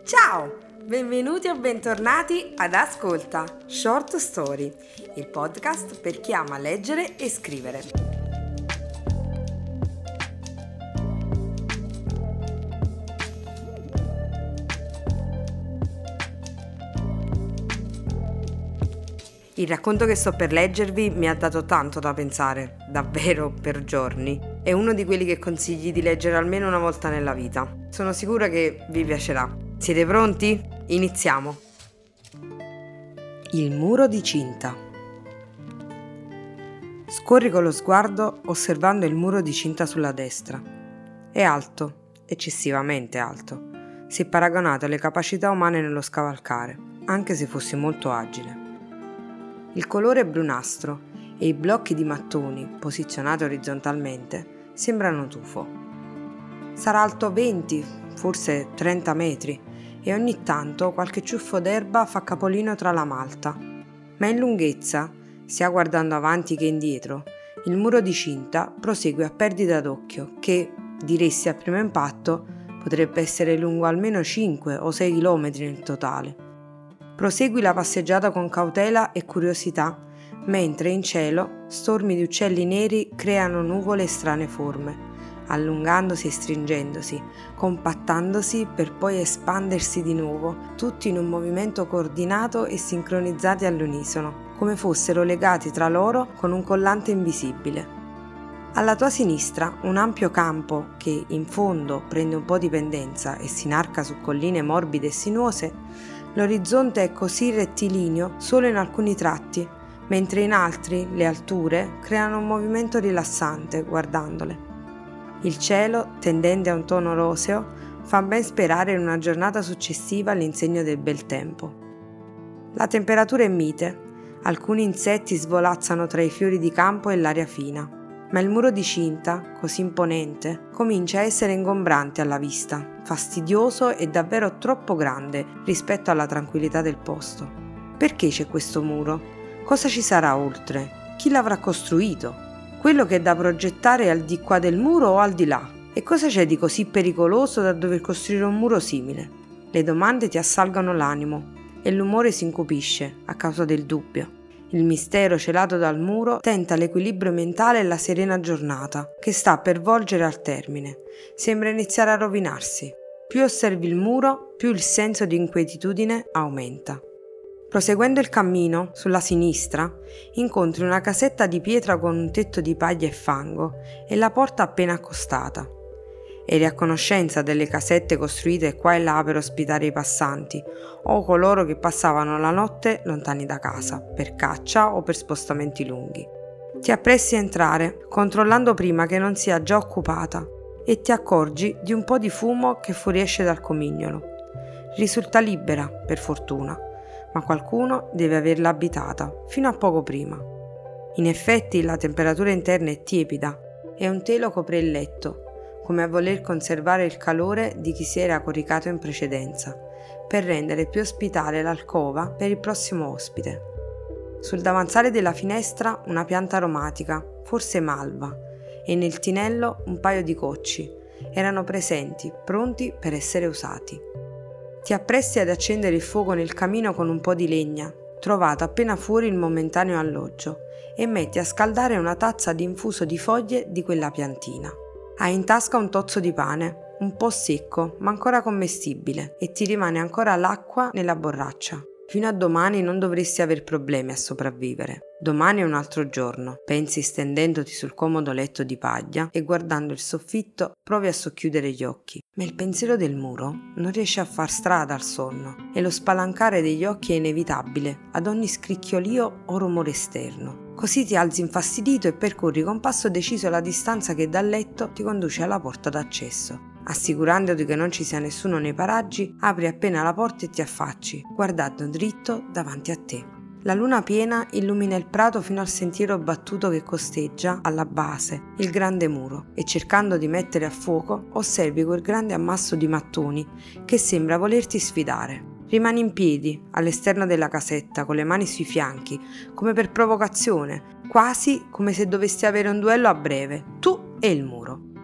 Ciao! Benvenuti o bentornati ad Ascolta Short Story, il podcast per chi ama leggere e scrivere. Il racconto che sto per leggervi mi ha dato tanto da pensare, davvero per giorni. È uno di quelli che consigli di leggere almeno una volta nella vita. Sono sicura che vi piacerà. Siete pronti? Iniziamo! Il muro di cinta. Scorri con lo sguardo osservando il muro di cinta sulla destra. È alto, eccessivamente alto, se paragonato alle capacità umane nello scavalcare, anche se fossi molto agile. Il colore è brunastro e i blocchi di mattoni, posizionati orizzontalmente, sembrano tufo. Sarà alto 20, forse 30 metri, e ogni tanto qualche ciuffo d'erba fa capolino tra la malta. Ma in lunghezza, sia guardando avanti che indietro, il muro di cinta prosegue a perdita d'occhio che, diresti a primo impatto, potrebbe essere lungo almeno 5 o 6 chilometri nel totale. Prosegui la passeggiata con cautela e curiosità, mentre in cielo stormi di uccelli neri creano nuvole e strane forme, allungandosi e stringendosi, compattandosi per poi espandersi di nuovo, tutti in un movimento coordinato e sincronizzati all'unisono, come fossero legati tra loro con un collante invisibile. Alla tua sinistra un ampio campo che, in fondo, prende un po' di pendenza e si inarca su colline morbide e sinuose. L'orizzonte è così rettilineo solo in alcuni tratti, mentre in altri le alture creano un movimento rilassante guardandole. Il cielo, tendente a un tono roseo, fa ben sperare in una giornata successiva all'insegno del bel tempo. La temperatura è mite, alcuni insetti svolazzano tra i fiori di campo e l'aria fina, ma il muro di cinta, così imponente, comincia a essere ingombrante alla vista, fastidioso e davvero troppo grande rispetto alla tranquillità del posto. Perché c'è questo muro? Cosa ci sarà oltre? Chi l'avrà costruito? Quello che è da progettare è al di qua del muro o al di là? E cosa c'è di così pericoloso da dover costruire un muro simile? Le domande ti assalgono l'animo e l'umore si incupisce a causa del dubbio. Il mistero celato dal muro tenta l'equilibrio mentale e la serena giornata, che sta per volgere al termine. Sembra iniziare a rovinarsi. Più osservi il muro, più il senso di inquietudine aumenta. Proseguendo il cammino, sulla sinistra, incontri una casetta di pietra con un tetto di paglia e fango e la porta appena accostata. Eri a conoscenza delle casette costruite qua e là per ospitare i passanti o coloro che passavano la notte lontani da casa, per caccia o per spostamenti lunghi. Ti appressi a entrare, controllando prima che non sia già occupata, e ti accorgi di un po' di fumo che fuoriesce dal comignolo. Risulta libera, per fortuna, ma qualcuno deve averla abitata fino a poco prima. In effetti la temperatura interna è tiepida e un telo copre il letto, come a voler conservare il calore di chi si era coricato in precedenza, per rendere più ospitale l'alcova per il prossimo ospite. Sul davanzale della finestra una pianta aromatica, forse malva, e nel tinello un paio di cocci. Erano presenti, pronti per essere usati. Ti appresti ad accendere il fuoco nel camino con un po' di legna, trovato appena fuori il momentaneo alloggio, e metti a scaldare una tazza di infuso di foglie di quella piantina. Hai in tasca un tozzo di pane, un po' secco ma ancora commestibile, e ti rimane ancora l'acqua nella borraccia. Fino a domani non dovresti aver problemi a sopravvivere. Domani è un altro giorno, pensi stendendoti sul comodo letto di paglia e guardando il soffitto provi a socchiudere gli occhi. Ma il pensiero del muro non riesce a far strada al sonno e lo spalancare degli occhi è inevitabile ad ogni scricchiolio o rumore esterno. Così ti alzi infastidito e percorri con passo deciso la distanza che dal letto ti conduce alla porta d'accesso. Assicurandoti che non ci sia nessuno nei paraggi, apri appena la porta e ti affacci, guardando dritto davanti a te. La luna piena illumina il prato fino al sentiero battuto che costeggia, alla base, il grande muro e cercando di mettere a fuoco osservi quel grande ammasso di mattoni che sembra volerti sfidare. Rimani in piedi, all'esterno della casetta, con le mani sui fianchi, come per provocazione, quasi come se dovessi avere un duello a breve, tu e il muro.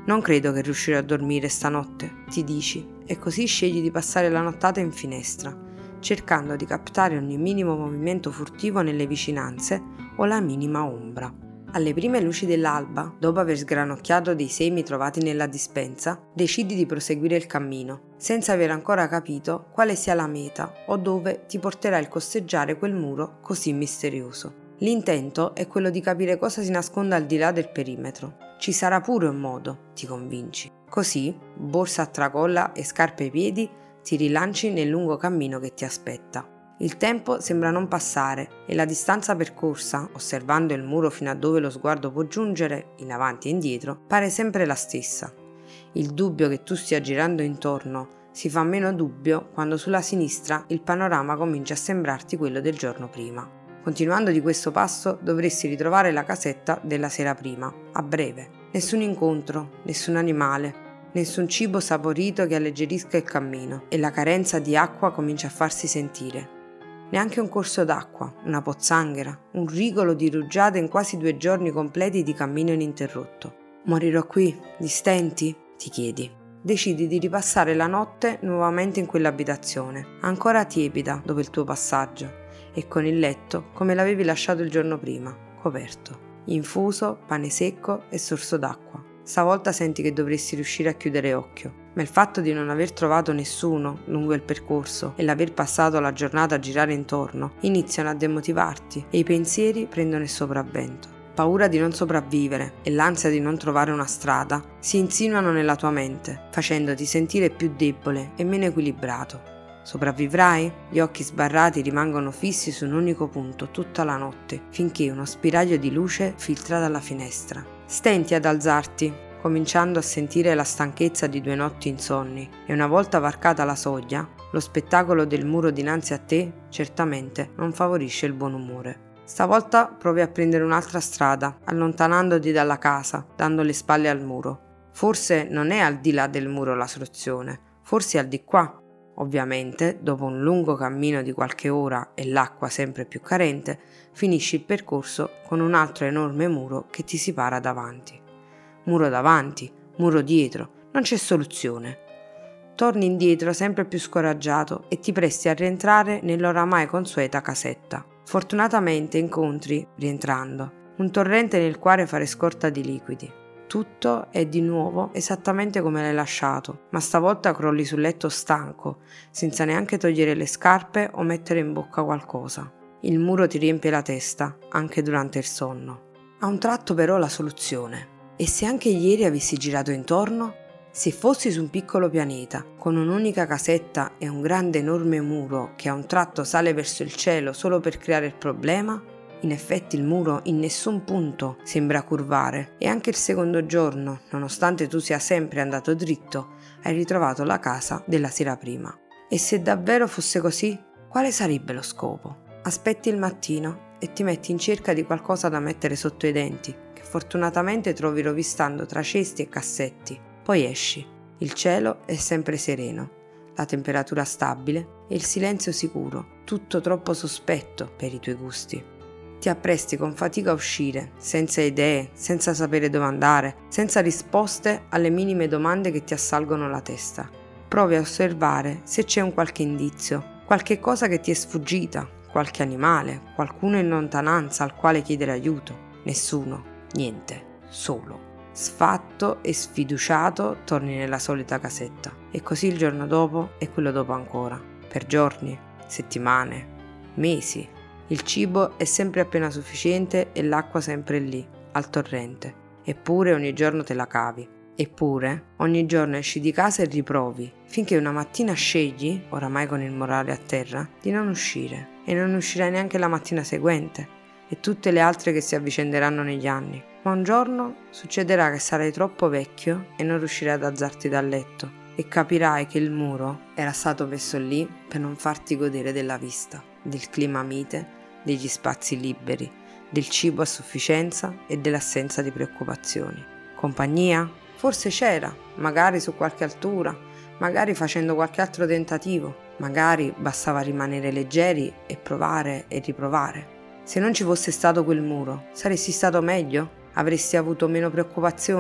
Non credo che riuscirò a dormire stanotte, ti dici, e così scegli di passare la nottata in finestra, cercando di captare ogni minimo movimento furtivo nelle vicinanze o la minima ombra. Alle prime luci dell'alba, dopo aver sgranocchiato dei semi trovati nella dispensa, decidi di proseguire il cammino, senza aver ancora capito quale sia la meta o dove ti porterà il costeggiare quel muro così misterioso. L'intento è quello di capire cosa si nasconde al di là del perimetro. Ci sarà pure un modo, ti convinci. Così, borsa a tracolla e scarpe ai piedi, ti rilanci nel lungo cammino che ti aspetta. Il tempo sembra non passare e la distanza percorsa, osservando il muro fino a dove lo sguardo può giungere, in avanti e indietro, pare sempre la stessa. Il dubbio che tu stia girando intorno si fa meno dubbio quando sulla sinistra il panorama comincia a sembrarti quello del giorno prima. Continuando di questo passo dovresti ritrovare la casetta della sera prima, a breve. Nessun incontro, nessun animale, nessun cibo saporito che alleggerisca il cammino e la carenza di acqua comincia a farsi sentire. Neanche un corso d'acqua, una pozzanghera, un rigolo di rugiada in quasi 2 giorni completi di cammino ininterrotto. Morirò qui, di stenti? Ti chiedi. Decidi di ripassare la notte nuovamente in quell'abitazione, ancora tiepida dopo il tuo passaggio, e con il letto come l'avevi lasciato il giorno prima, coperto. Infuso, pane secco e sorso d'acqua. Stavolta senti che dovresti riuscire a chiudere occhio, ma il fatto di non aver trovato nessuno lungo il percorso e l'aver passato la giornata a girare intorno iniziano a demotivarti e i pensieri prendono il sopravvento. Paura di non sopravvivere e l'ansia di non trovare una strada si insinuano nella tua mente, facendoti sentire più debole e meno equilibrato. Sopravvivrai? Gli occhi sbarrati rimangono fissi su un unico punto tutta la notte, finché uno spiraglio di luce filtra dalla finestra. Stenti ad alzarti, cominciando a sentire la stanchezza di 2 notti insonni, e una volta varcata la soglia, lo spettacolo del muro dinanzi a te certamente non favorisce il buon umore. Stavolta provi a prendere un'altra strada, allontanandoti dalla casa, dando le spalle al muro. Forse non è al di là del muro la soluzione, forse è al di qua. Ovviamente, dopo un lungo cammino di qualche ora e l'acqua sempre più carente, finisci il percorso con un altro enorme muro che ti si para davanti. Muro davanti, muro dietro, non c'è soluzione. Torni indietro sempre più scoraggiato e ti presti a rientrare nell'oramai consueta casetta. Fortunatamente incontri, rientrando, un torrente nel quale fare scorta di liquidi. Tutto è di nuovo esattamente come l'hai lasciato, ma stavolta crolli sul letto stanco, senza neanche togliere le scarpe o mettere in bocca qualcosa. Il muro ti riempie la testa, anche durante il sonno. A un tratto però la soluzione. E se anche ieri avessi girato intorno? Se fossi su un piccolo pianeta, con un'unica casetta e un grande enorme muro che a un tratto sale verso il cielo solo per creare il problema? In effetti il muro in nessun punto sembra curvare e anche il secondo giorno, nonostante tu sia sempre andato dritto, hai ritrovato la casa della sera prima. E se davvero fosse così, quale sarebbe lo scopo? Aspetti il mattino e ti metti in cerca di qualcosa da mettere sotto i denti, che fortunatamente trovi rovistando tra cesti e cassetti. Poi esci. Il cielo è sempre sereno, la temperatura stabile e il silenzio sicuro, tutto troppo sospetto per i tuoi gusti. Ti appresti con fatica a uscire, senza idee, senza sapere dove andare, senza risposte alle minime domande che ti assalgono la testa. Provi a osservare se c'è un qualche indizio, qualche cosa che ti è sfuggita, qualche animale, qualcuno in lontananza al quale chiedere aiuto. Nessuno, niente, solo. Sfatto e sfiduciato torni nella solita casetta e così il giorno dopo e quello dopo ancora, per giorni, settimane, mesi. Il cibo è sempre appena sufficiente e l'acqua sempre lì, al torrente. Eppure ogni giorno te la cavi. Eppure ogni giorno esci di casa e riprovi, finché una mattina scegli, oramai con il morale a terra, di non uscire. E non uscirai neanche la mattina seguente e tutte le altre che si avvicenderanno negli anni. Ma un giorno succederà che sarai troppo vecchio e non riuscirai ad alzarti dal letto e capirai che il muro era stato messo lì per non farti godere della vista, del clima mite, degli spazi liberi, del cibo a sufficienza e dell'assenza di preoccupazioni. Compagnia? Forse c'era, magari su qualche altura, magari facendo qualche altro tentativo, magari bastava rimanere leggeri e provare e riprovare. Se non ci fosse stato quel muro, saresti stato meglio? Avresti avuto meno preoccupazioni?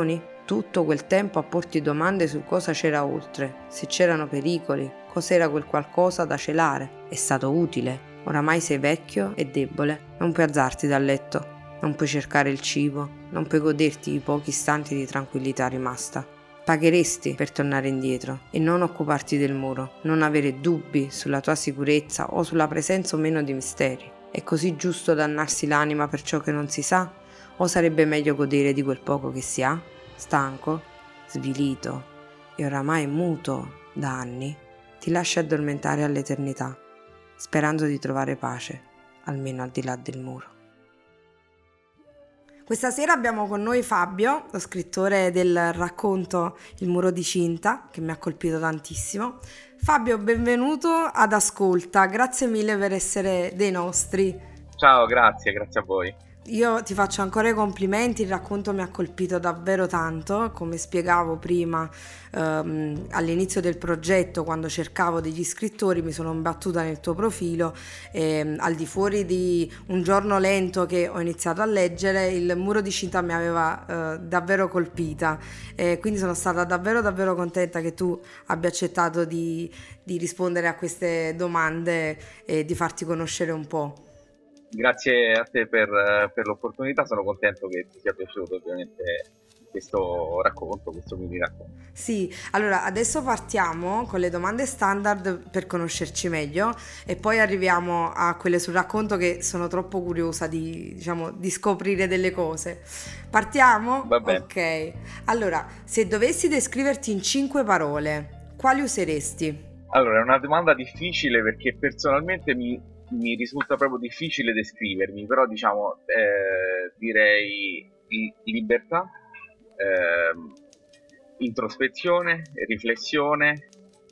tutto quel tempo a porti domande su cosa c'era oltre, se c'erano pericoli, cos'era quel qualcosa da celare. È stato utile. Oramai sei vecchio e debole, non puoi alzarti dal letto, non puoi cercare il cibo, non puoi goderti i pochi istanti di tranquillità rimasta. Pagheresti per tornare indietro e non occuparti del muro, non avere dubbi sulla tua sicurezza o sulla presenza o meno di misteri. È così giusto dannarsi l'anima per ciò che non si sa? O sarebbe meglio godere di quel poco che si ha? Stanco, svilito e oramai muto da anni, ti lasci addormentare all'eternità, sperando di trovare pace, almeno al di là del muro. Questa sera abbiamo con noi Fabio, lo scrittore del racconto Il muro di cinta, che mi ha colpito tantissimo. Fabio, benvenuto ad Ascolta, grazie mille per essere dei nostri. Ciao, grazie a voi. Io ti faccio ancora i complimenti, il racconto mi ha colpito davvero tanto, come spiegavo prima all'inizio del progetto, quando cercavo degli scrittori mi sono imbattuta nel tuo profilo e al di fuori di Un giorno lento che ho iniziato a leggere, Il muro di cinta mi aveva davvero colpita, quindi sono stata davvero contenta che tu abbia accettato di rispondere a queste domande e di farti conoscere un po'. Grazie a te per l'opportunità, sono contento che ti sia piaciuto ovviamente questo racconto, questo mini racconto. Sì, allora adesso partiamo con le domande standard per conoscerci meglio e poi arriviamo a quelle sul racconto che sono troppo curiosa di scoprire delle cose. Partiamo? Va bene. Ok, allora se dovessi descriverti in 5 parole, quali useresti? Allora, è una domanda difficile perché personalmente mi risulta proprio difficile descrivermi, però direi libertà, introspezione, riflessione,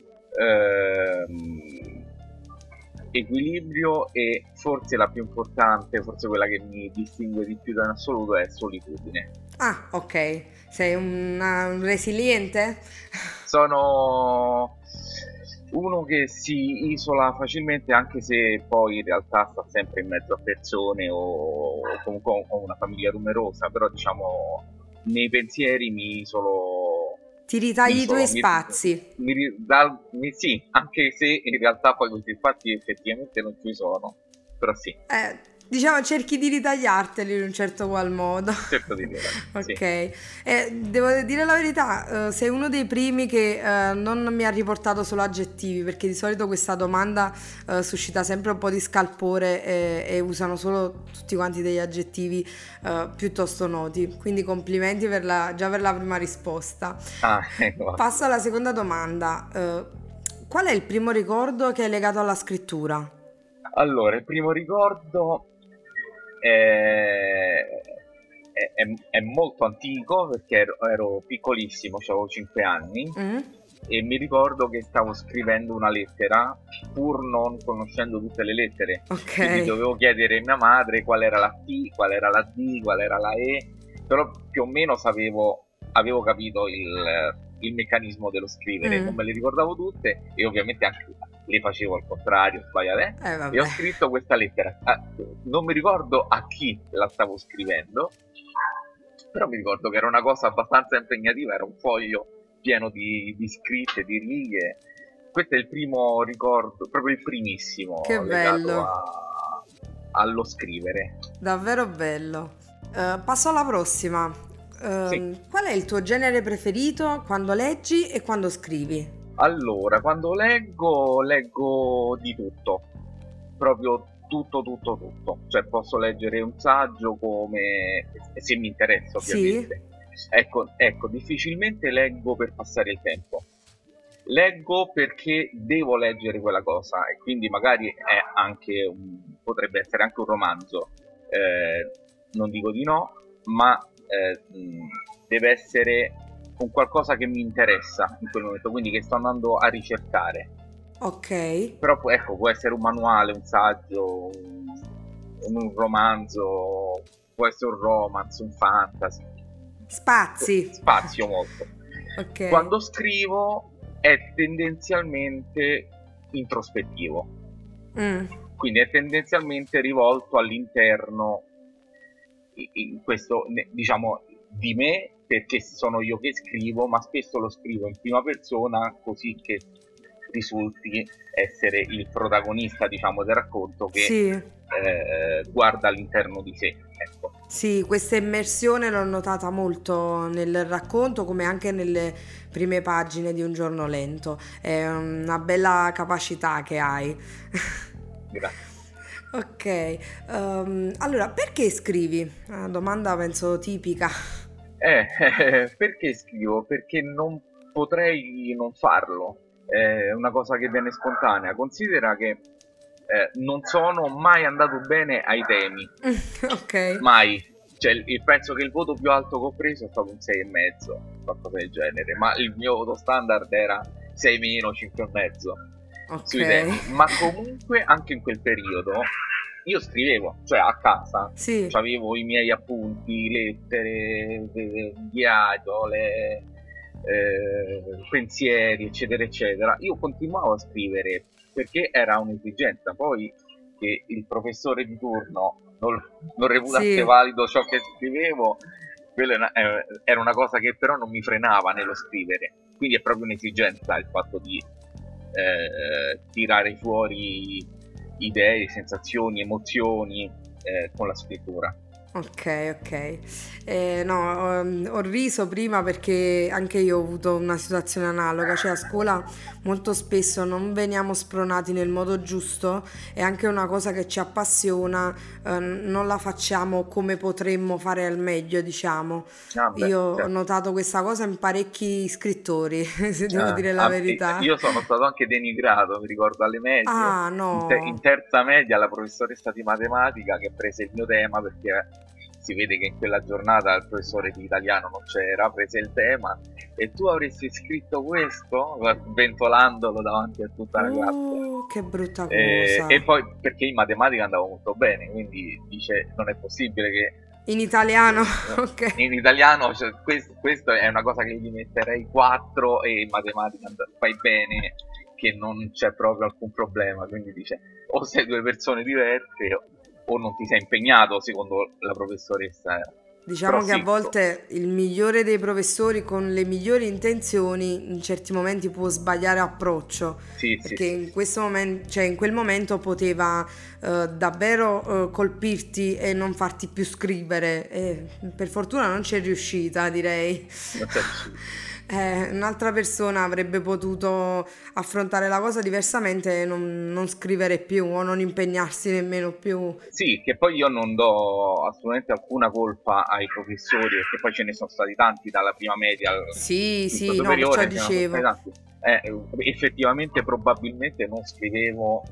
equilibrio e forse la più importante, forse quella che mi distingue di più da in assoluto è solitudine. Ah, ok, sei un resiliente? Sono uno che si isola facilmente, anche se poi in realtà sta sempre in mezzo a persone o comunque ho una famiglia numerosa, però nei pensieri mi isolo. Ti ritagli i tuoi spazi. Sì, anche se in realtà poi questi spazi effettivamente non ci sono, però sì. Cerchi di ritagliarteli in un certo qual modo. Cerco di dire. Ok, devo dire la verità, sei uno dei primi che non mi ha riportato solo aggettivi, perché di solito questa domanda suscita sempre un po' di scalpore e usano solo tutti quanti degli aggettivi piuttosto noti, quindi complimenti già per la prima risposta. Ecco. Passo alla seconda domanda. Qual è il primo ricordo che hai legato alla scrittura? Allora, il primo ricordo è molto antico perché ero piccolissimo, avevo 5 anni e mi ricordo che stavo scrivendo una lettera pur non conoscendo tutte le lettere. Quindi dovevo chiedere a mia madre qual era la T, qual era la D, qual era la E, però più o meno avevo capito il meccanismo dello scrivere, non me le ricordavo tutte e ovviamente anche le facevo al contrario, sbagliate, e ho scritto questa lettera. Non mi ricordo a chi la stavo scrivendo, però mi ricordo che era una cosa abbastanza impegnativa, era un foglio pieno di scritte, di righe. Questo è il primo ricordo, proprio il primissimo, che bello, allo scrivere. Davvero bello. Passo alla prossima. Sì. Qual è il tuo genere preferito quando leggi e quando scrivi? Allora, quando leggo di tutto, proprio tutto. Cioè posso leggere un saggio come, se mi interessa ovviamente. Sì. Ecco, difficilmente leggo per passare il tempo. Leggo perché devo leggere quella cosa e quindi magari è anche potrebbe essere anche un romanzo. Non dico di no, ma deve essere un qualcosa che mi interessa in quel momento, quindi che sto andando a ricercare. Ok. Però ecco, può essere un manuale, un saggio, un romanzo, può essere un romance, un fantasy. Spazio molto. Okay. Quando scrivo è tendenzialmente introspettivo. Quindi è tendenzialmente rivolto all'interno in questo, diciamo, di me perché sono io che scrivo, ma spesso lo scrivo in prima persona così che risulti essere il protagonista, diciamo, del racconto che Sì. guarda all'interno di sé, ecco. Sì, questa immersione l'ho notata molto nel racconto, come anche nelle prime pagine di Un giorno lento. È una bella capacità che hai. Grazie. Ok, allora perché scrivi? Una domanda penso tipica. Perché scrivo? Perché non potrei non farlo. È una cosa che viene spontanea. Considera che non sono mai andato bene ai temi, Ok. mai. Cioè, penso che il voto più alto che ho preso è stato un 6,5, qualcosa del genere, ma il mio voto standard era 6 meno, 5,5 sui temi. Ok. Ma comunque, anche in quel periodo, io scrivevo, cioè a casa, Sì. avevo i miei appunti, lettere, diario, pensieri, eccetera, eccetera. Io continuavo a scrivere perché era un'esigenza. Poi che il professore di turno non reputasse Sì. valido ciò che scrivevo, quella era una cosa che però non mi frenava nello scrivere. Quindi è proprio un'esigenza il fatto di tirare fuori idee, sensazioni, emozioni con la scrittura. Ok, ok. No, ho riso prima perché anche io ho avuto una situazione analoga, cioè a scuola molto spesso non veniamo spronati nel modo giusto e anche una cosa che ci appassiona, non la facciamo come potremmo fare al meglio, diciamo. Io ho Certo. notato questa cosa in parecchi scrittori, se devo dire la verità. Io sono stato anche denigrato, mi ricordo alle medie, Ah, in no. terza media, la professoressa di matematica che prese il mio tema, perché si vede che in quella giornata il professore di italiano non c'era, prese il tema e tu avresti scritto questo, ventolandolo davanti a tutta la classe. Che brutta cosa. E poi perché in matematica andavo molto bene, quindi dice non è possibile che In italiano, ok. in italiano, cioè, questo è una cosa che gli metterei 4 e in matematica fai bene, che non c'è proprio alcun problema. Quindi dice o sei due persone diverse o non ti sei impegnato secondo la professoressa. Però Diciamo che a sì, volte il migliore dei professori con le migliori intenzioni in certi momenti può sbagliare approccio, sì, perché in questo momento, cioè in quel momento poteva davvero colpirti e non farti più scrivere e per fortuna non c'è riuscita, direi. non c'è riuscito. Un'altra persona avrebbe potuto affrontare la cosa diversamente e non scrivere più o non impegnarsi nemmeno più. Sì, che poi io non do assolutamente alcuna colpa ai professori, perché poi ce ne sono stati tanti dalla prima media al Sì, quinto sì, no, perciò superiore, ce ne sono stati dicevo. tanti. Effettivamente probabilmente non scrivevo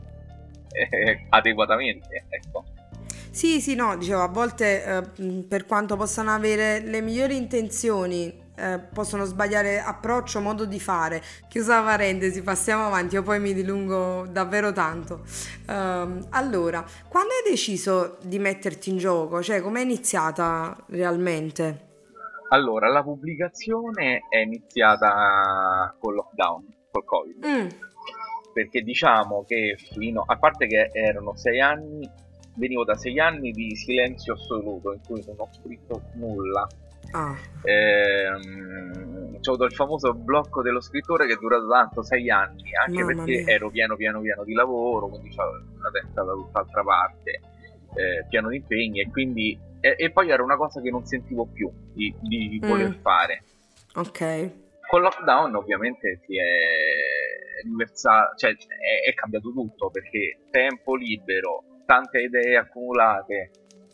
adeguatamente, ecco. Sì, sì, no, dicevo, a volte per quanto possano avere le migliori intenzioni, possono sbagliare approccio, modo di fare. Chiusa la parentesi, passiamo avanti, io poi mi dilungo davvero tanto. Allora, quando hai deciso di metterti in gioco? Cioè, com'è iniziata realmente? Allora, la pubblicazione è iniziata col lockdown, col Covid, Mm, perché diciamo che a parte che erano 6 anni, venivo da 6 anni di silenzio assoluto in cui non ho scritto nulla. ah, C'ho avuto il famoso blocco dello scrittore che è durato tanto, 6 anni, anche mamma perché mia. ero pieno di lavoro, quindi c'avevo la testa da tutt'altra parte, pieno di impegni e quindi e poi era una cosa che non sentivo più di voler Mm, fare. ok. Con lockdown ovviamente si è riversato, cioè è cambiato tutto perché tempo libero, tante idee accumulate,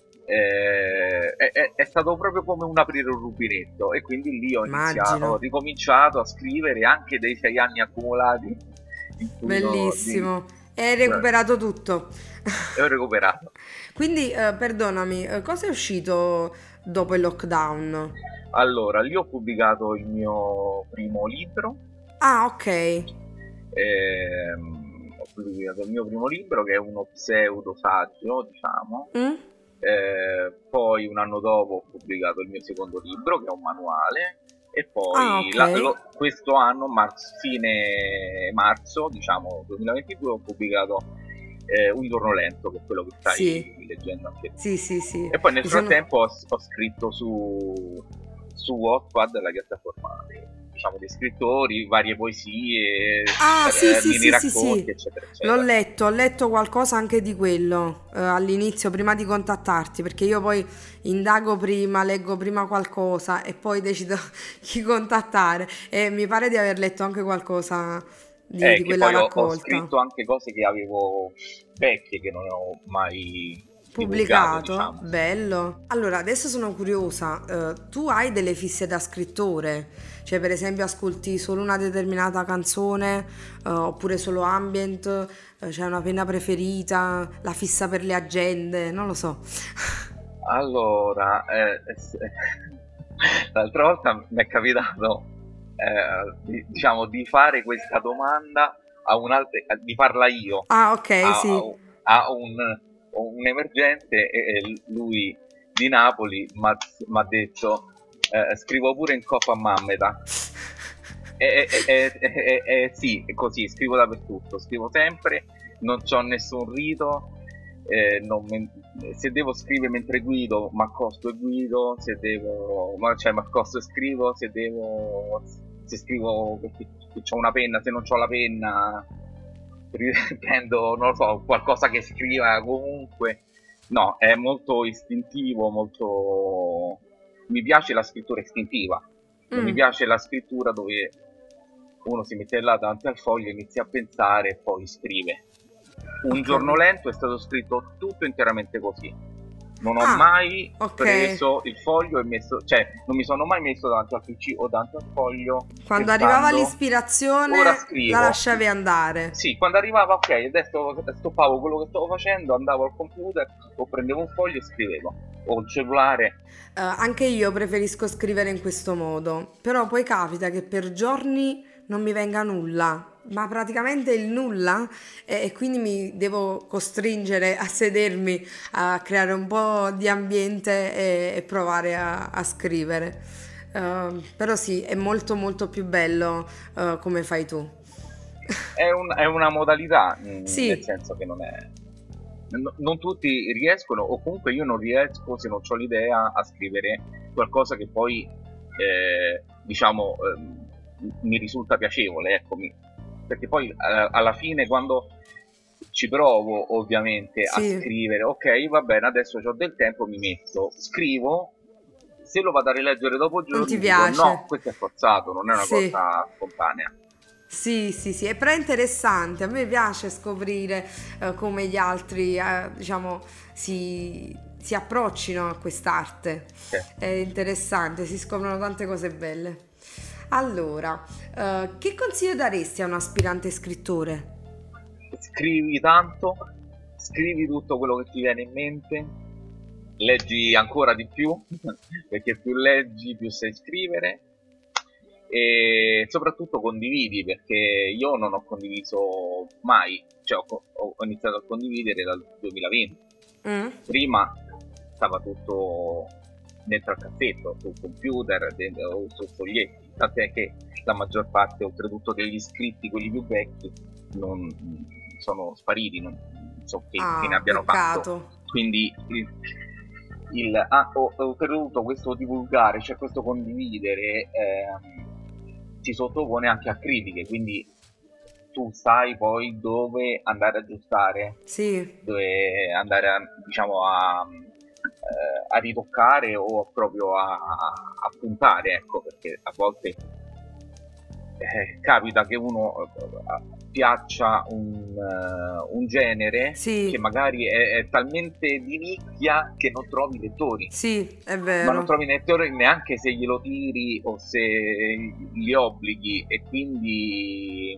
è stato proprio come un aprire un rubinetto e quindi lì ho Immagino. ricominciato a scrivere anche dei 6 anni accumulati in cui Bellissimo. E hai cioè, recuperato tutto. e ho recuperato. Quindi, perdonami, cosa è uscito dopo il lockdown? Allora, lì ho pubblicato il mio primo libro. Ah, ok. Ho pubblicato il mio primo libro che è uno pseudo saggio, diciamo. Mm? Poi un anno dopo ho pubblicato il mio secondo libro che è un manuale e Ah, poi ok. questo anno, fine marzo, diciamo 2022, ho pubblicato Un giorno lento, che è quello che stai Sì, leggendo anche tu. sì, sì, sì. E poi nel Mi sono... frattempo ho scritto su su Wattpad, la piattaforma diciamo di scrittori, varie poesie, mini racconti, eccetera, eccetera. Ho letto qualcosa anche di quello all'inizio, prima di contattarti, perché io poi indago prima, leggo prima qualcosa e poi decido chi contattare, e mi pare di aver letto anche qualcosa di quella poi raccolta. Ho scritto anche cose che avevo vecchie, che non ho mai pubblicato, diciamo. Bello. Allora, adesso sono curiosa, tu hai delle fisse da scrittore? Cioè, per esempio, ascolti solo una determinata canzone, oppure solo ambient, c'è una penna preferita, la fissa per le agende, non lo so. Allora, l'altra volta mi è capitato, diciamo, di fare questa domanda di farla io Ah, ok, sì. a un emergente, e lui di Napoli mi ha detto scrivo pure in Coppa Mammeta. Sì, così, scrivo dappertutto, scrivo sempre, non c'ho nessun rito. Se devo scrivere mentre guido, mi accosto e guido, se mi accosto e scrivo, se scrivo perché ho una penna, se non ho la penna prendo, non lo so, qualcosa che scriva comunque. No, è molto istintivo, molto... Mi piace la scrittura istintiva, non mi piace la scrittura dove uno si mette là davanti al foglio, inizia a pensare e poi scrive. Un giorno lento è stato scritto tutto interamente così. Non ho mai preso il foglio e non mi sono mai messo davanti al PC o davanti al foglio. Quando arrivava l'ispirazione, la lasciavi andare. Sì, quando arrivava, ok, adesso stoppavo quello che stavo facendo, andavo al computer o prendevo un foglio e scrivevo. O il cellulare. Anche io preferisco scrivere in questo modo, però poi capita che per giorni non mi venga nulla, ma praticamente il nulla, e quindi mi devo costringere a sedermi, a creare un po' di ambiente e provare a scrivere. Però sì, è molto molto più bello come fai tu. È una modalità, Sì. Nel senso che non tutti riescono, o comunque io non riesco, se non ho l'idea, a scrivere qualcosa che poi diciamo mi risulta piacevole, ecco, perché poi alla fine, quando ci provo ovviamente a scrivere, ok, va bene, adesso ho del tempo, mi metto, scrivo, se lo vado a rileggere dopo giorni, non ti piace? Dico, no, questo è forzato, non è una cosa spontanea. Sì, è però interessante, a me piace scoprire come gli altri diciamo si approccino a quest'arte, è interessante, si scoprono tante cose belle. Allora, che consiglio daresti a un aspirante scrittore? Scrivi tanto, scrivi tutto quello che ti viene in mente, leggi ancora di più, perché più leggi più sai scrivere, e soprattutto condividi, perché io non ho condiviso mai, cioè ho iniziato a condividere dal 2020. Prima stava tutto dentro al cassetto, sul computer o sul foglietti, tant'è che la maggior parte, oltretutto, degli iscritti, quelli più vecchi, non sono spariti, non so che fine abbiano fatto. Quindi oltretutto questo divulgare, cioè questo condividere, si sottopone anche a critiche, quindi tu sai poi dove andare a aggiustare, dove andare a ritoccare o proprio a puntare, ecco, perché a volte capita che uno piaccia un genere che magari è talmente di nicchia che non trovi lettori. Sì, è vero. Ma non trovi lettori neanche se glielo tiri o se li obblighi, e quindi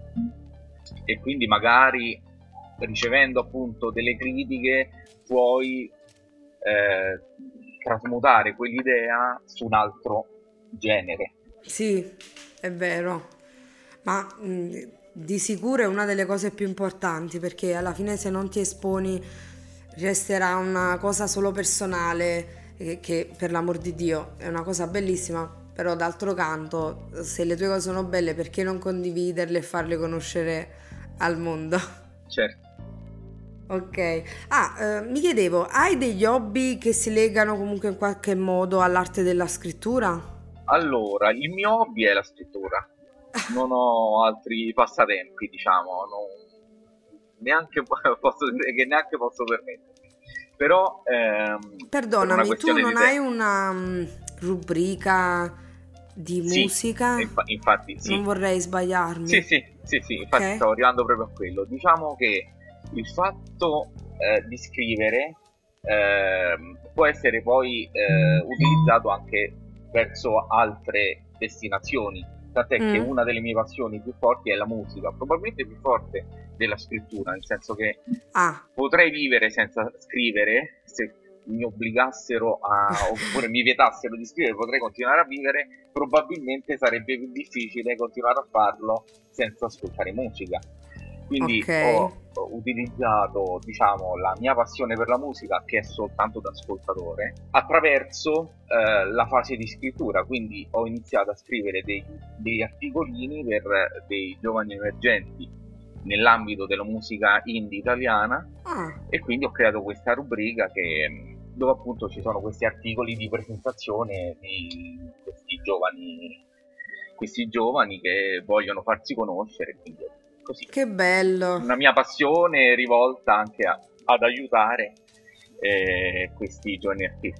magari ricevendo appunto delle critiche puoi trasmutare quell'idea su un altro genere. Sì, è vero, ma di sicuro è una delle cose più importanti, perché alla fine, se non ti esponi, resterà una cosa solo personale, che per l'amor di Dio è una cosa bellissima, però d'altro canto, se le tue cose sono belle, perché non condividerle e farle conoscere al mondo? Certo. Ok. Mi chiedevo, hai degli hobby che si legano comunque in qualche modo all'arte della scrittura? Allora, il mio hobby è la scrittura. Non ho altri passatempi, diciamo, neanche posso dire che neanche posso permettermi. Però per una Perdonami, tu questione di non hai tempo. una rubrica di Sì, musica? infatti Non sì. vorrei Sì, sbagliarmi. sì, sì, sì, infatti Ok? stavo arrivando proprio a quello. Diciamo che il fatto di scrivere può essere poi utilizzato anche verso altre destinazioni, tant'è che Mm. una delle mie passioni più forti è la musica, probabilmente più forte della scrittura, nel senso che Ah, potrei vivere senza scrivere se mi obbligassero oppure mi vietassero di scrivere, potrei continuare a vivere, probabilmente sarebbe più difficile continuare a farlo senza ascoltare musica. ok. Quindi ho utilizzato, diciamo, la mia passione per la musica, che è soltanto da ascoltatore, attraverso la fase di scrittura. Quindi ho iniziato a scrivere degli articolini per dei giovani emergenti nell'ambito della musica indie italiana, Ah, e quindi ho creato questa rubrica dove appunto ci sono questi articoli di presentazione di questi giovani che vogliono farsi conoscere, quindi così. che bello. Una mia passione rivolta anche ad aiutare questi giovani artisti.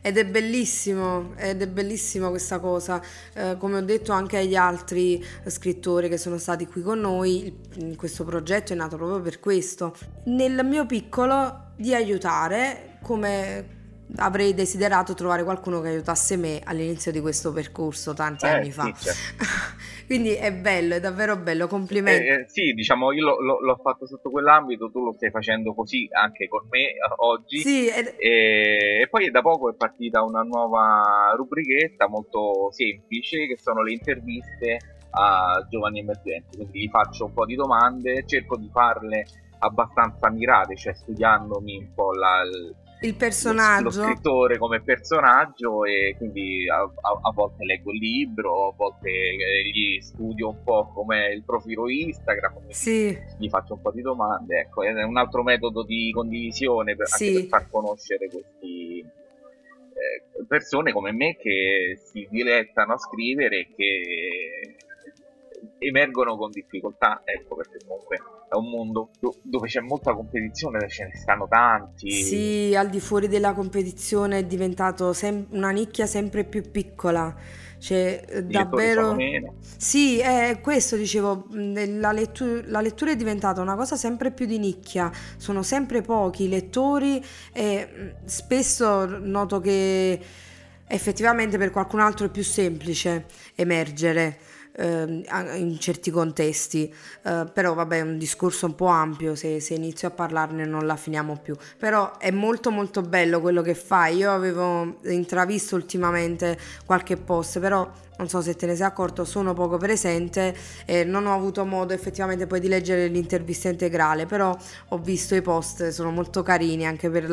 Ed è bellissimo questa cosa. Come ho detto anche agli altri scrittori che sono stati qui con noi, questo progetto è nato proprio per questo. Nel mio piccolo di aiutare, come avrei desiderato trovare qualcuno che aiutasse me all'inizio di questo percorso tanti anni fa. Sì, certo. Quindi è bello, è davvero bello, complimenti. Sì, diciamo, io l'ho fatto sotto quell'ambito, tu lo stai facendo così anche con me oggi, Sì, e poi da poco è partita una nuova rubrichetta molto semplice, che sono le interviste a giovani emergenti, quindi gli faccio un po' di domande, cerco di farle abbastanza mirate, cioè studiandomi un po' il lo personaggio. scrittore come personaggio, e quindi a volte leggo il libro, a volte gli studio un po' come il profilo Instagram, quindi Sì, gli faccio un po' di domande. Ecco, è un altro metodo di condivisione anche per sì. far conoscere questi persone come me che si dilettano a scrivere e che emergono con difficoltà, ecco, perché comunque è un mondo dove c'è molta competizione, ce ne stanno tanti. Sì, al di fuori della competizione è diventato una nicchia sempre più piccola. Cioè, I lettori sono davvero. meno. Sì, è questo dicevo, la lettura è diventata una cosa sempre più di nicchia, sono sempre pochi i lettori e spesso noto che effettivamente per qualcun altro è più semplice emergere in certi contesti. Però vabbè è un discorso un po' ampio, se inizio a parlarne non la finiamo più, però è molto molto bello quello che fai. Io avevo intravisto ultimamente qualche post, però non so se te ne sei accorto, sono poco presente e non ho avuto modo effettivamente poi di leggere l'intervista integrale, però ho visto i post, sono molto carini anche per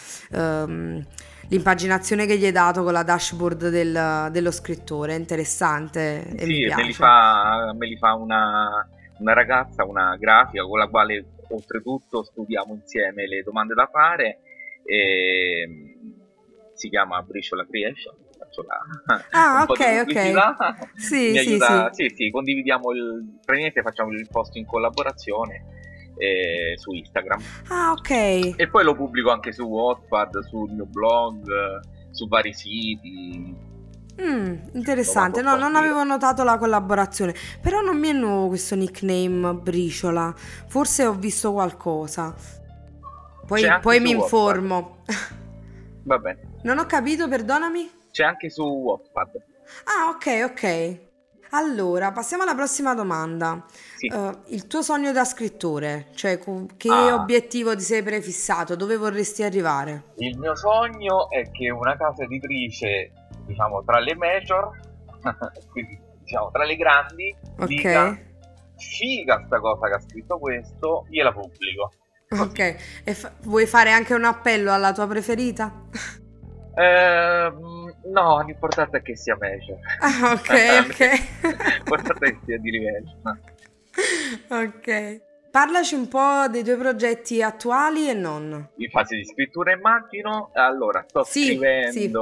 l'impaginazione che gli hai dato con la dashboard dello scrittore, è interessante e mi Sì, piace. me li fa una ragazza, una grafica con la quale oltretutto studiamo insieme le domande da fare. E, si chiama Briciola Creation, faccio un Ah, po' ok, di ok. pubblicità, Sì, mi sì, aiuta, sì. sì, sì, condividiamo praticamente facciamo il post in collaborazione su Instagram, Ah, ok. e poi lo pubblico anche su Wattpad, sul mio blog, su vari siti, lo mando Interessante. un No, po' in non giro. avevo notato la collaborazione, però non mi è nuovo questo nickname Briciola. Forse ho visto qualcosa. C'è anche Poi su mi Wattpad, informo. va bene. Non ho capito, perdonami. C'è anche su Wattpad. Ah, ok, ok. Allora, passiamo alla prossima domanda. Sì. Il tuo sogno da scrittore, cioè che Ah, obiettivo ti sei prefissato? Dove vorresti arrivare? il mio sogno è che una casa editrice, diciamo, tra le major, quindi diciamo tra le grandi, Ok, dica: figa sta cosa che ha scritto questo, gliela pubblico. ok. Così. Vuoi fare anche un appello alla tua preferita? No, l'importante è che sia major. Ah, ok, ok. L'importante è che sia di livello. Ok. Parlaci un po' dei tuoi progetti attuali e non. In fase di scrittura immagino. Allora, Sì, sì,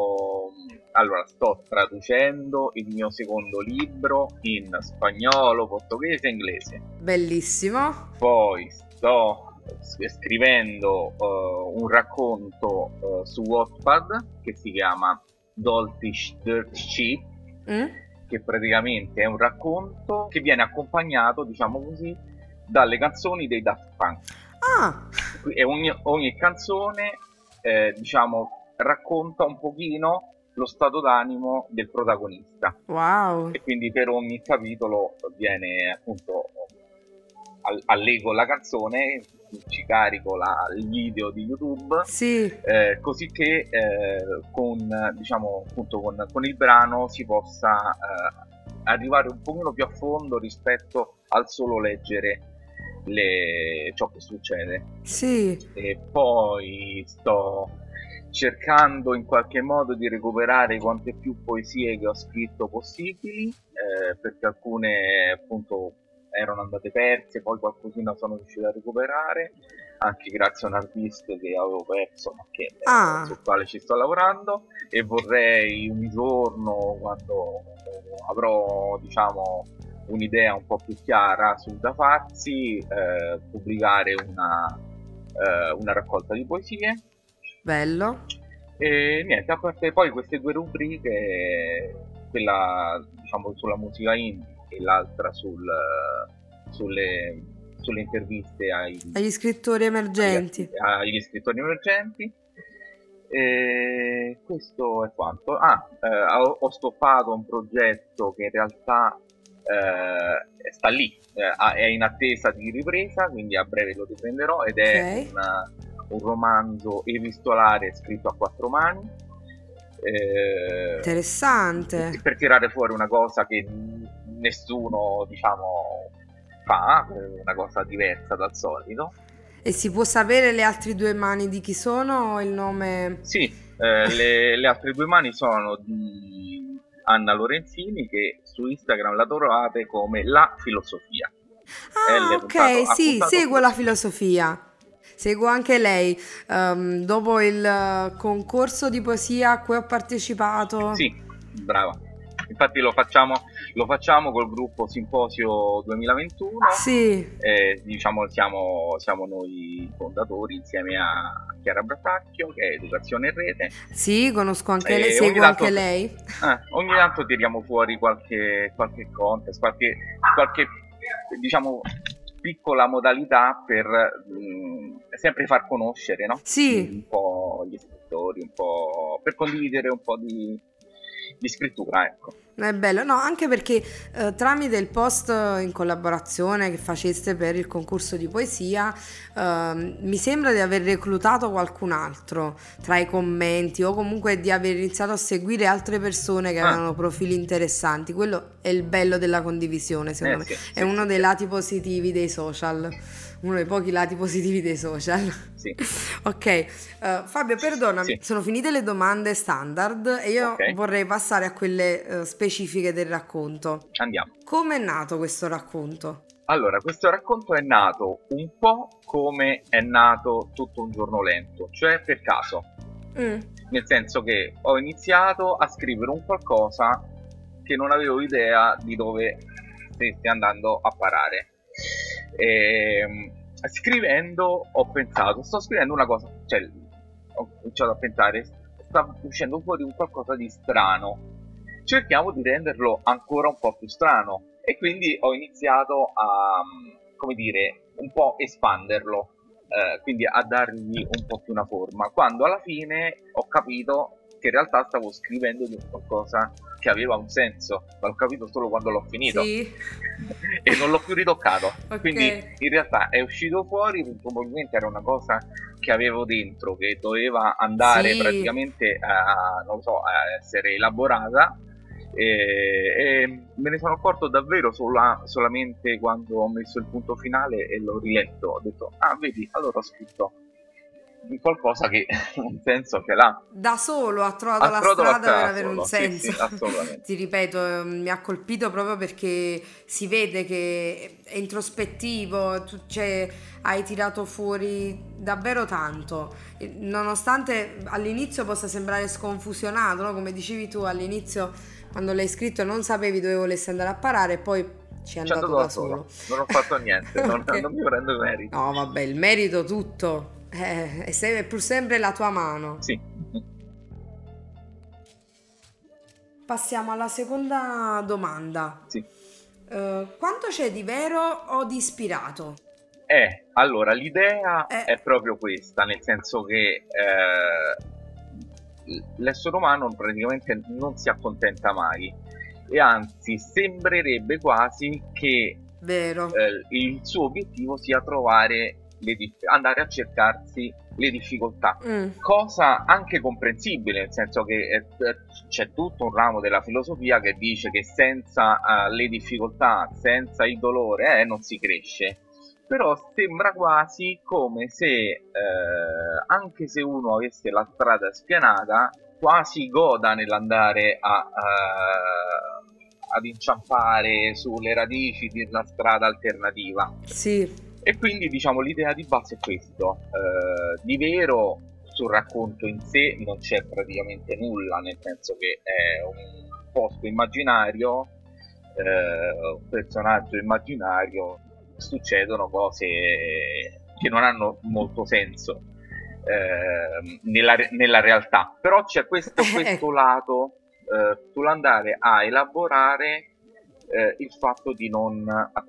sto traducendo il mio secondo libro in spagnolo, portoghese e inglese. bellissimo. Poi sto scrivendo un racconto su Wattpad che si chiama Doltish Dirt Cheap, che praticamente è un racconto che viene accompagnato, diciamo così, dalle canzoni dei Daft Punk. E ogni canzone diciamo racconta un pochino lo stato d'animo del protagonista. Wow. E quindi per ogni capitolo viene appunto allego la canzone, ci carico il video di YouTube, sì. Così che diciamo appunto con il brano si possa arrivare un pochino più a fondo rispetto al solo leggere ciò che succede. Sì. E poi sto cercando in qualche modo di recuperare quante più poesie che ho scritto possibili, perché alcune appunto erano andate perse, poi qualcosina sono riuscito a recuperare anche grazie a un hard disk che avevo perso ma sul quale ci sto lavorando, e vorrei un giorno, quando avrò diciamo un'idea un po' più chiara sul da farsi, pubblicare una raccolta di poesie. Bello. E niente, a parte poi queste due rubriche, quella diciamo sulla musica indie e l'altra sulle interviste agli scrittori emergenti. Agli scrittori emergenti. E questo è quanto. Ho stoppato un progetto che in realtà sta lì, è in attesa di ripresa, quindi a breve lo riprenderò, ed è un romanzo epistolare scritto a 4 mani. Interessante. Per tirare fuori una cosa che nessuno diciamo fa, una cosa diversa dal solito. E si può sapere le altre 2 mani di chi sono o il nome? Sì, le altre 2 mani sono di Anna Lorenzini, che su Instagram la trovate come La Filosofia. Ok, sì, seguo La Filosofia. Seguo anche lei. Dopo il concorso di poesia a cui ho partecipato. Sì, brava. Infatti lo facciamo col gruppo Simposio 2021. Sì. Diciamo siamo noi fondatori insieme a Chiara Brattacchio, che è Educazione in Rete. Sì, conosco anche lei, seguo anche lei. Ogni tanto tiriamo fuori qualche contest, qualche diciamo piccola modalità per sempre far conoscere, no? Sì. Un po' gli scrittori, un po' per condividere un po' di scrittura, ecco. È bello, no, anche perché tramite il post in collaborazione che faceste per il concorso di poesia mi sembra di aver reclutato qualcun altro tra i commenti, o comunque di aver iniziato a seguire altre persone che avevano profili interessanti. Quello è il bello della condivisione, secondo me. È uno dei lati positivi dei social. Uno dei pochi lati positivi dei social. Sì. Ok, Fabio, perdonami, sono finite le domande standard e io vorrei passare a quelle specifiche del racconto. Andiamo. Come è nato questo racconto? Allora, questo racconto è nato un po' come è nato Tutto un giorno lento, cioè per caso. Nel senso che ho iniziato a scrivere un qualcosa che non avevo idea di dove stesse andando a parare. Scrivendo ho pensato, sto scrivendo una cosa, cioè ho cominciato a pensare, sta uscendo fuori un qualcosa di strano, cerchiamo di renderlo ancora un po' più strano, e quindi ho iniziato a, come dire, un po' espanderlo, quindi a dargli un po' più una forma, quando alla fine ho capito che in realtà stavo scrivendo di qualcosa che aveva un senso, ma l'ho capito solo quando l'ho finito. Sì. E non l'ho più ritoccato. Quindi in realtà è uscito fuori, probabilmente era una cosa che avevo dentro, che doveva andare praticamente a essere elaborata, e me ne sono accorto davvero solamente quando ho messo il punto finale e l'ho riletto. Ho detto, vedi, allora ho scritto qualcosa che un senso ce l'ha. Da solo ha trovato la trovato la strada per strada avere un solo, sì, senso. sì, assolutamente. Ti ripeto, mi ha colpito proprio perché si vede che è introspettivo, cioè, hai tirato fuori davvero tanto, nonostante all'inizio possa sembrare sconfusionato, no? Come dicevi tu all'inizio, quando l'hai scritto non sapevi dove volessi andare a parare e poi ci è Ci è andato andato da da solo. solo, non ho fatto niente, Ok. non mi prendo i meriti. No, vabbè, il merito tutto, è pur sempre la tua mano. Sì, Passiamo alla seconda domanda. sì. Quanto c'è di vero o di ispirato? Allora, l'idea Eh, è proprio questa, nel senso che l'essere umano praticamente non si accontenta mai e anzi sembrerebbe quasi che vero. il suo obiettivo sia trovare andare a cercarsi le difficoltà, Mm, cosa anche comprensibile, nel senso che c'è tutto un ramo della filosofia che dice che senza le difficoltà, senza il dolore, non si cresce. Però sembra quasi come se, anche se uno avesse la strada spianata, quasi goda nell'andare ad inciampare sulle radici della strada alternativa. sì. E quindi diciamo l'idea di base è questo, di vero sul racconto in sé non c'è praticamente nulla, nel senso che è un posto immaginario, un personaggio immaginario, succedono cose che non hanno molto senso nella realtà, però c'è questo lato sull'andare a elaborare il fatto di non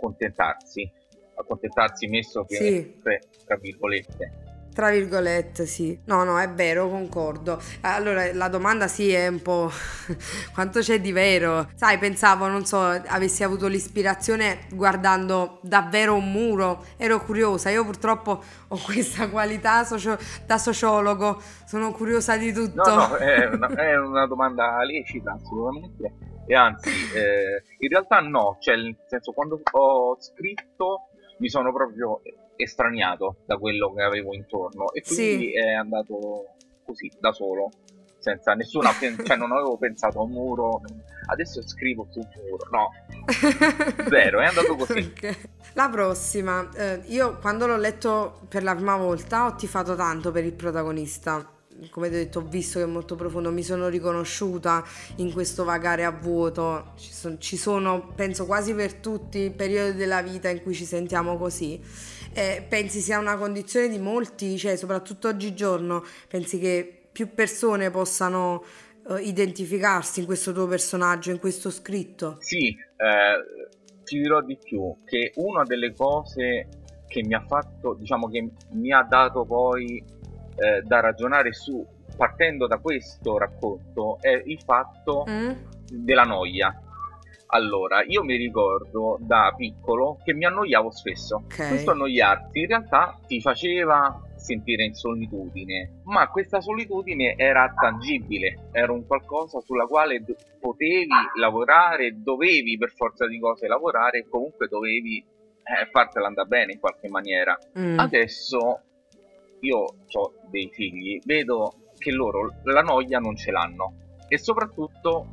accontentarsi messo che Sì. tra virgolette. Tra virgolette, sì. No, no, è vero, concordo. Allora, la domanda sì è un po' quanto c'è di vero. Sai, pensavo, non so, avessi avuto l'ispirazione guardando davvero un muro. Ero curiosa. Io purtroppo ho questa qualità da sociologo. Sono curiosa di No, tutto. no, è una domanda lecita assolutamente e anzi in realtà no, cioè nel senso quando ho scritto mi sono proprio estraniato da quello che avevo intorno e quindi Sì. è andato così da solo, senza nessuna, cioè non avevo pensato a un muro, adesso scrivo sul muro, no, zero, è andato così. Ok. La prossima, io quando l'ho letto per la prima volta ho tifato tanto per il protagonista. Come ti ho detto, ho visto che è molto profondo, mi sono riconosciuta in questo vagare a vuoto. Ci sono, penso quasi per tutti, periodi della vita in cui ci sentiamo così. Pensi sia una condizione di molti, cioè soprattutto oggigiorno, pensi che più persone possano identificarsi in questo tuo personaggio, in questo scritto? Sì, ti dirò di più, che una delle cose che mi ha fatto, diciamo che mi ha dato poi da ragionare su, partendo da questo racconto, è il fatto Mm? della noia. Allora, io mi ricordo da piccolo che mi annoiavo spesso. Questo Ok. annoiarsi in realtà ti faceva sentire in solitudine, ma questa solitudine era tangibile, era un qualcosa sulla quale potevi lavorare, dovevi per forza di cose lavorare e comunque dovevi fartela andare bene in qualche maniera. Mm. Adesso io ho dei figli, vedo che loro la noia non ce l'hanno e soprattutto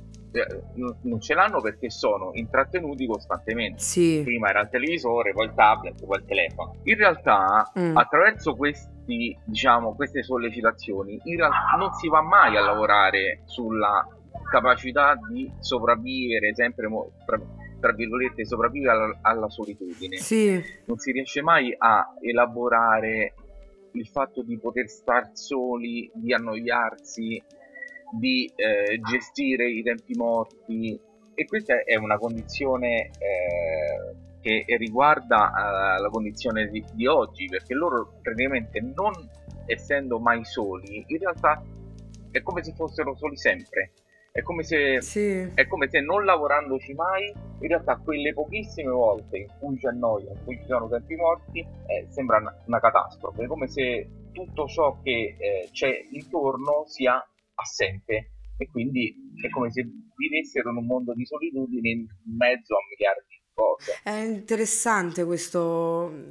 non ce l'hanno perché sono intrattenuti costantemente. Sì. Prima era il televisore, poi il tablet, poi il telefono. In realtà, Mm. attraverso queste sollecitazioni, in realtà non si va mai a lavorare sulla capacità di sopravvivere sempre, tra virgolette, sopravvivere alla solitudine. Sì. Non si riesce mai a elaborare il fatto di poter star soli, di annoiarsi, di gestire i tempi morti e questa è una condizione che riguarda la condizione di oggi perché loro praticamente non essendo mai soli in realtà è come se fossero soli sempre è come se, Sì. è come se non lavorandoci mai in realtà quelle pochissime volte in cui c'è noia, in cui ci sono tempi morti sembra una catastrofe, è come se tutto ciò che c'è intorno sia assente e quindi è come se vivessero in un mondo di solitudine in mezzo a miliardi di cose. È interessante questo,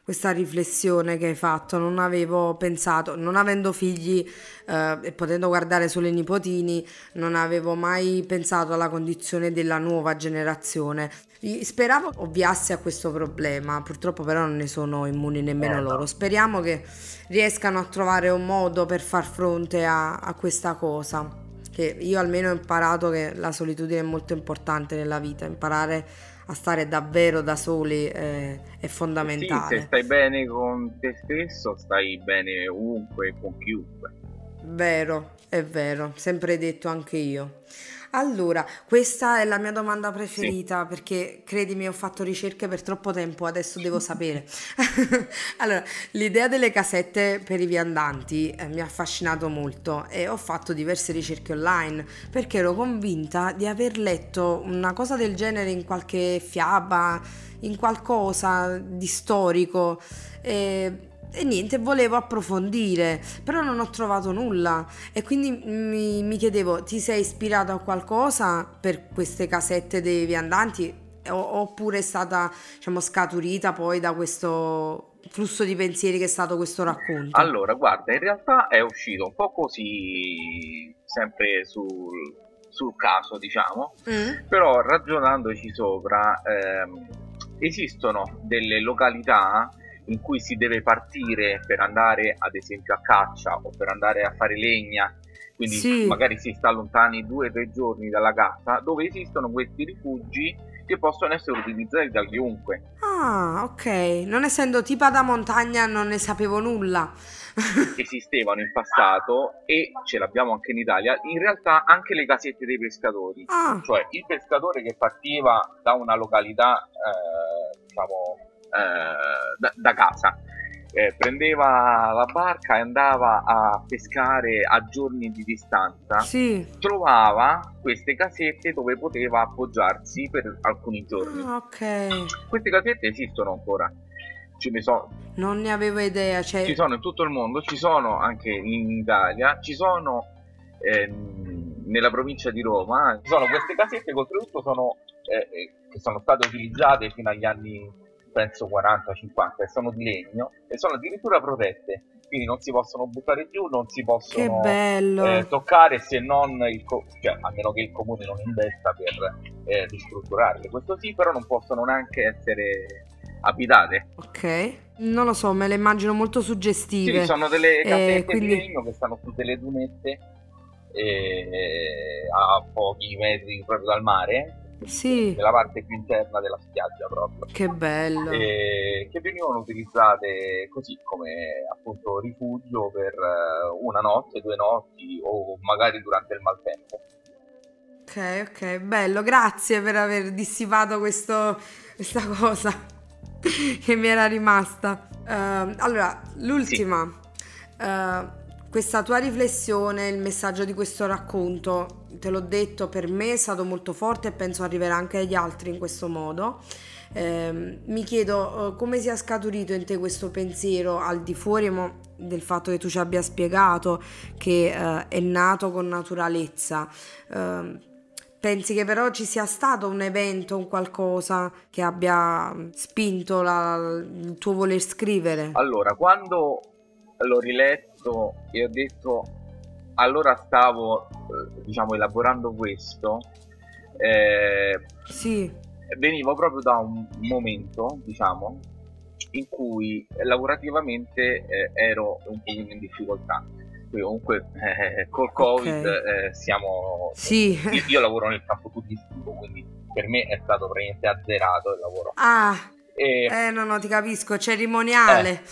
questa riflessione che hai fatto, non avevo pensato, non avendo figli e potendo guardare solo i nipotini, non avevo mai pensato alla condizione della nuova generazione. Speravo ovviasse a questo problema, purtroppo però non ne sono immuni nemmeno loro. No. Speriamo che riescano a trovare un modo per far fronte a questa cosa. Che io almeno ho imparato che la solitudine è molto importante nella vita, imparare a stare davvero da soli è Sì, fondamentale. se stai bene con te stesso, stai bene ovunque e con chiunque. Vero, è vero, sempre detto anche io. Allora, questa è la mia domanda Sì. preferita perché credimi, ho fatto ricerche per troppo tempo, adesso devo sapere. Allora, l'idea delle casette per i viandanti mi ha affascinato molto e ho fatto diverse ricerche online perché ero convinta di aver letto una cosa del genere in qualche fiaba, in qualcosa di storico. E niente, volevo approfondire, però non ho trovato nulla e quindi mi chiedevo, ti sei ispirato a qualcosa per queste casette dei viandanti oppure è stata, diciamo, scaturita poi da questo flusso di pensieri che è stato questo racconto? Allora, guarda, in realtà è uscito un po' così, sempre sul caso, diciamo, però ragionandoci sopra, esistono delle località in cui si deve partire per andare ad esempio a caccia o per andare a fare legna, quindi Sì. magari si sta lontani 2 o 3 giorni dalla casa, dove esistono questi rifugi che possono essere utilizzati da chiunque. Ah, ok, non essendo tipa da montagna non ne sapevo nulla. Esistevano in passato e ce l'abbiamo anche in Italia, in realtà anche le casette dei pescatori, Ah, cioè il pescatore che partiva da una località, diciamo, da casa, prendeva la barca e andava a pescare a giorni di distanza, sì. trovava queste casette dove poteva appoggiarsi per alcuni giorni. Ah, ok. Queste casette esistono ancora, ce ne sono. Non ne avevo idea, cioè... Ci sono in tutto il mondo, ci sono anche in Italia, ci sono nella provincia di Roma, ci sono queste casette che oltretutto sono, che sono state utilizzate fino agli anni, penso 40-50, e sono di legno e sono addirittura protette, quindi non si possono buttare giù, non si Che possono bello. toccare se non cioè, a meno che il comune non investa per ristrutturarle. Questo sì, però non possono neanche essere abitate. Ok, non lo so, me le immagino molto Sì, suggestive. sono delle casette Quindi di legno che stanno su delle dunette a pochi metri proprio dal mare, sì, nella parte più interna della spiaggia proprio, che bello. che venivano utilizzate così come appunto rifugio per una notte, 2 notti o magari durante il maltempo. Ok, ok, bello, grazie per aver dissipato questa cosa che mi era rimasta. Allora, l'ultima, questa tua riflessione, il messaggio di questo racconto, te l'ho detto, per me è stato molto forte e penso arriverà anche agli altri in questo modo. Mi chiedo come sia scaturito in te questo pensiero al di fuori del fatto che tu ci abbia spiegato che è nato con naturalezza. Pensi che però ci sia stato un evento, un qualcosa che abbia spinto il tuo voler scrivere? Allora, quando l'ho riletto e ho detto, allora stavo, diciamo, elaborando questo, Sì, venivo proprio da un momento, diciamo, in cui lavorativamente ero un pochino in difficoltà. Quindi comunque col Covid siamo... sì. Io lavoro nel campo turistico, quindi per me è stato praticamente azzerato il lavoro. Ah, E, no, ti capisco, cerimoniale.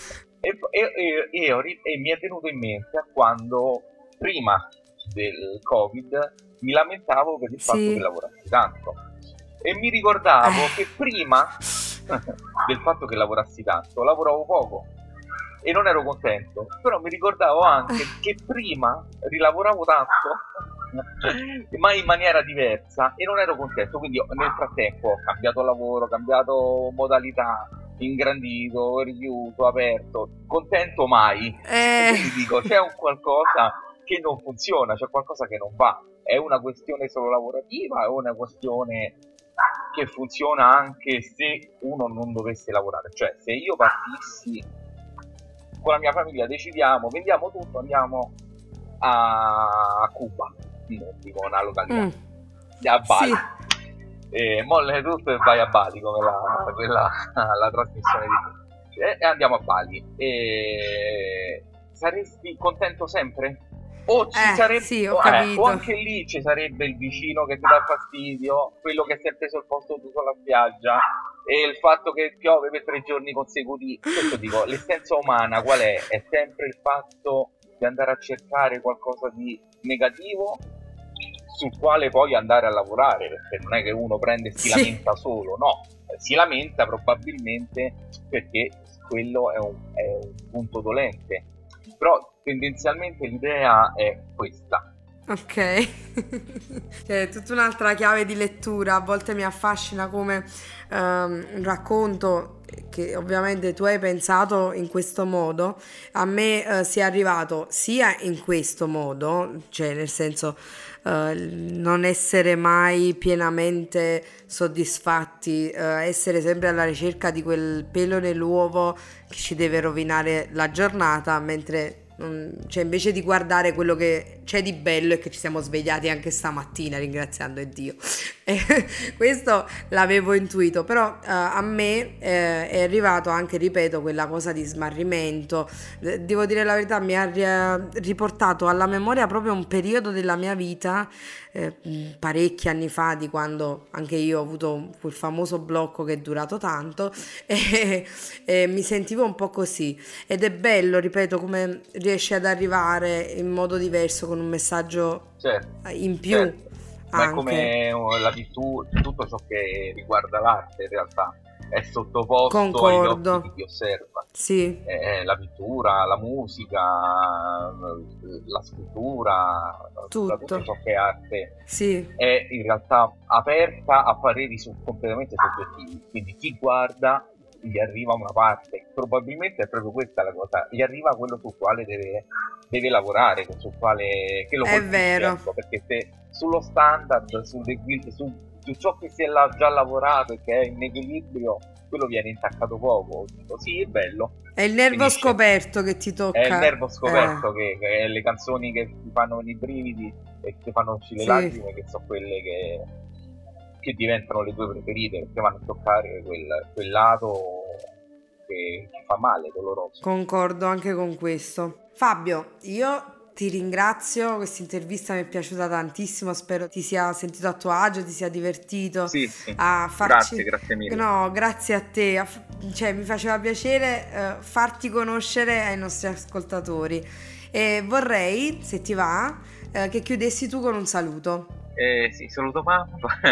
e mi è venuto in mente quando prima del Covid mi lamentavo per il fatto Sì. che lavorassi tanto e mi ricordavo che prima del fatto che lavorassi tanto lavoravo poco e non ero contento, però mi ricordavo anche che prima rilavoravo tanto ma in maniera diversa e non ero contento, quindi nel frattempo ho cambiato lavoro, ho cambiato modalità, ingrandito, richiuso, aperto, contento mai. Quindi dico, c'è un qualcosa che non funziona, c'è qualcosa che non va. È una questione solo lavorativa, è una questione che funziona anche se uno non dovesse lavorare. Cioè, se io partissi con la mia famiglia, decidiamo, vendiamo tutto, andiamo a Cuba, dico una località, a Bali, molle tutto e vai a Bali, come la trasmissione di e andiamo a Bali. Saresti contento sempre? O ci sarebbe, sì, ho capito. O anche lì ci sarebbe il vicino che ti dà fastidio, quello che è sempre sul posto tu sulla spiaggia, e il fatto che piove per 3 giorni consecutivi. Questo dico, l'essenza umana qual è? È sempre il fatto di andare a cercare qualcosa di negativo sul quale poi andare a lavorare, perché non è che uno prende e si lamenta solo, no, si lamenta probabilmente perché quello è un punto dolente. Però tendenzialmente l'idea è questa. Ok, è tutta un'altra chiave di lettura. A volte mi affascina come un racconto che ovviamente tu hai pensato in questo modo, a me sia arrivato sia in questo modo, cioè nel senso non essere mai pienamente soddisfatti, essere sempre alla ricerca di quel pelo nell'uovo che ci deve rovinare la giornata, mentre cioè invece di guardare quello che c'è di bello e che ci siamo svegliati anche stamattina ringraziando Dio. Questo l'avevo intuito, però a me è arrivato anche, ripeto, quella cosa di smarrimento. Devo dire la verità, mi ha riportato alla memoria proprio un periodo della mia vita, parecchi anni fa, di quando anche io ho avuto quel famoso blocco che è durato tanto, e mi sentivo un po' così, ed è bello, ripeto, come riesci ad arrivare in modo diverso con un messaggio in più. Certo. Ma è come tutto ciò che riguarda l'arte, in realtà è sottoposto agli occhi di chi osserva. Sì. La pittura, la musica, la scrittura, tutto ciò che è arte, è in realtà aperta a pareri completamente soggettivi. Quindi chi guarda gli arriva una parte, probabilmente è proprio questa la cosa, gli arriva quello sul quale deve lavorare, sul quale che lo è vero, perché se sullo standard, su ciò che si è già lavorato e che è in equilibrio, quello viene intaccato poco. Sì, è bello. È il nervo scoperto che ti tocca. È il nervo scoperto che è le canzoni che ti fanno venire i brividi e ti fanno uscire le lacrime, che sono quelle che diventano le tue preferite, perché vanno a toccare quel lato che fa male, doloroso. Concordo anche con questo. Fabio, io ti ringrazio, questa intervista mi è piaciuta tantissimo, spero ti sia sentito a tuo agio, ti sia divertito. Sì. A farci... Grazie mille. No, grazie a te, cioè mi faceva piacere farti conoscere ai nostri ascoltatori, e vorrei, se ti va, che chiudessi tu con un saluto. Sì, saluto mamma.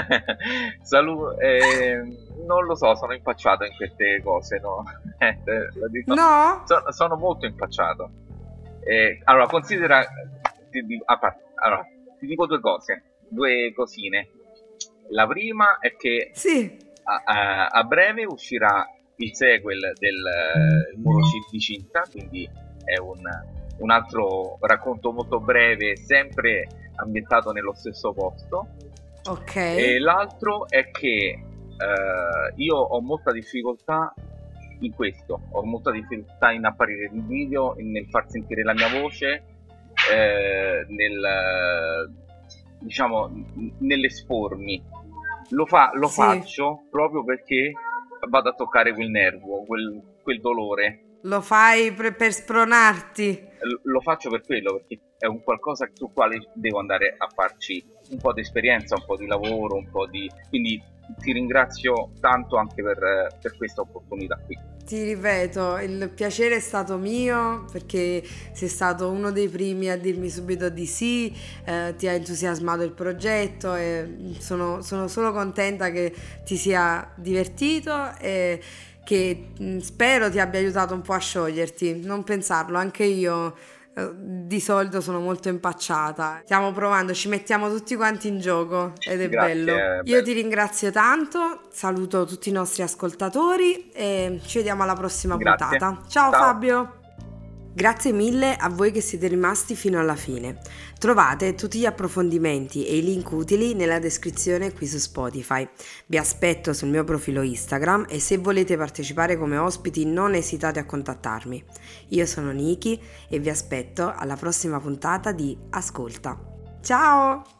Non lo so, sono impacciato in queste cose, no? No? Sono molto impacciato. Allora, considera, ti dico due cosine. La prima è che a breve uscirà il sequel del Muro di Cinta, quindi è un altro racconto molto breve, sempre ambientato nello stesso posto. Ok. E l'altro è che io ho molta difficoltà in questo, ho molta difficoltà in apparire in video, nel far sentire la mia voce, nell'espormi. Lo faccio proprio perché vado a toccare quel nervo, quel dolore. Lo fai per spronarti? Lo faccio per quello, perché è un qualcosa sul quale devo andare a farci un po' di esperienza, un po' di lavoro, quindi ti ringrazio tanto anche per questa opportunità qui. Ti ripeto, il piacere è stato mio, perché sei stato uno dei primi a dirmi subito di sì, ti ha entusiasmato il progetto, e sono solo contenta che ti sia divertito e che spero ti abbia aiutato un po' a scioglierti. Non pensarlo, anche io di solito sono molto impacciata. Stiamo provando, ci mettiamo tutti quanti in gioco ed è bello. Io ti ringrazio tanto, saluto tutti i nostri ascoltatori e ci vediamo alla prossima puntata. Ciao Fabio. Grazie mille a voi che siete rimasti fino alla fine. Trovate tutti gli approfondimenti e i link utili nella descrizione qui su Spotify. Vi aspetto sul mio profilo Instagram e se volete partecipare come ospiti non esitate a contattarmi. Io sono Niki e vi aspetto alla prossima puntata di Ascolta. Ciao!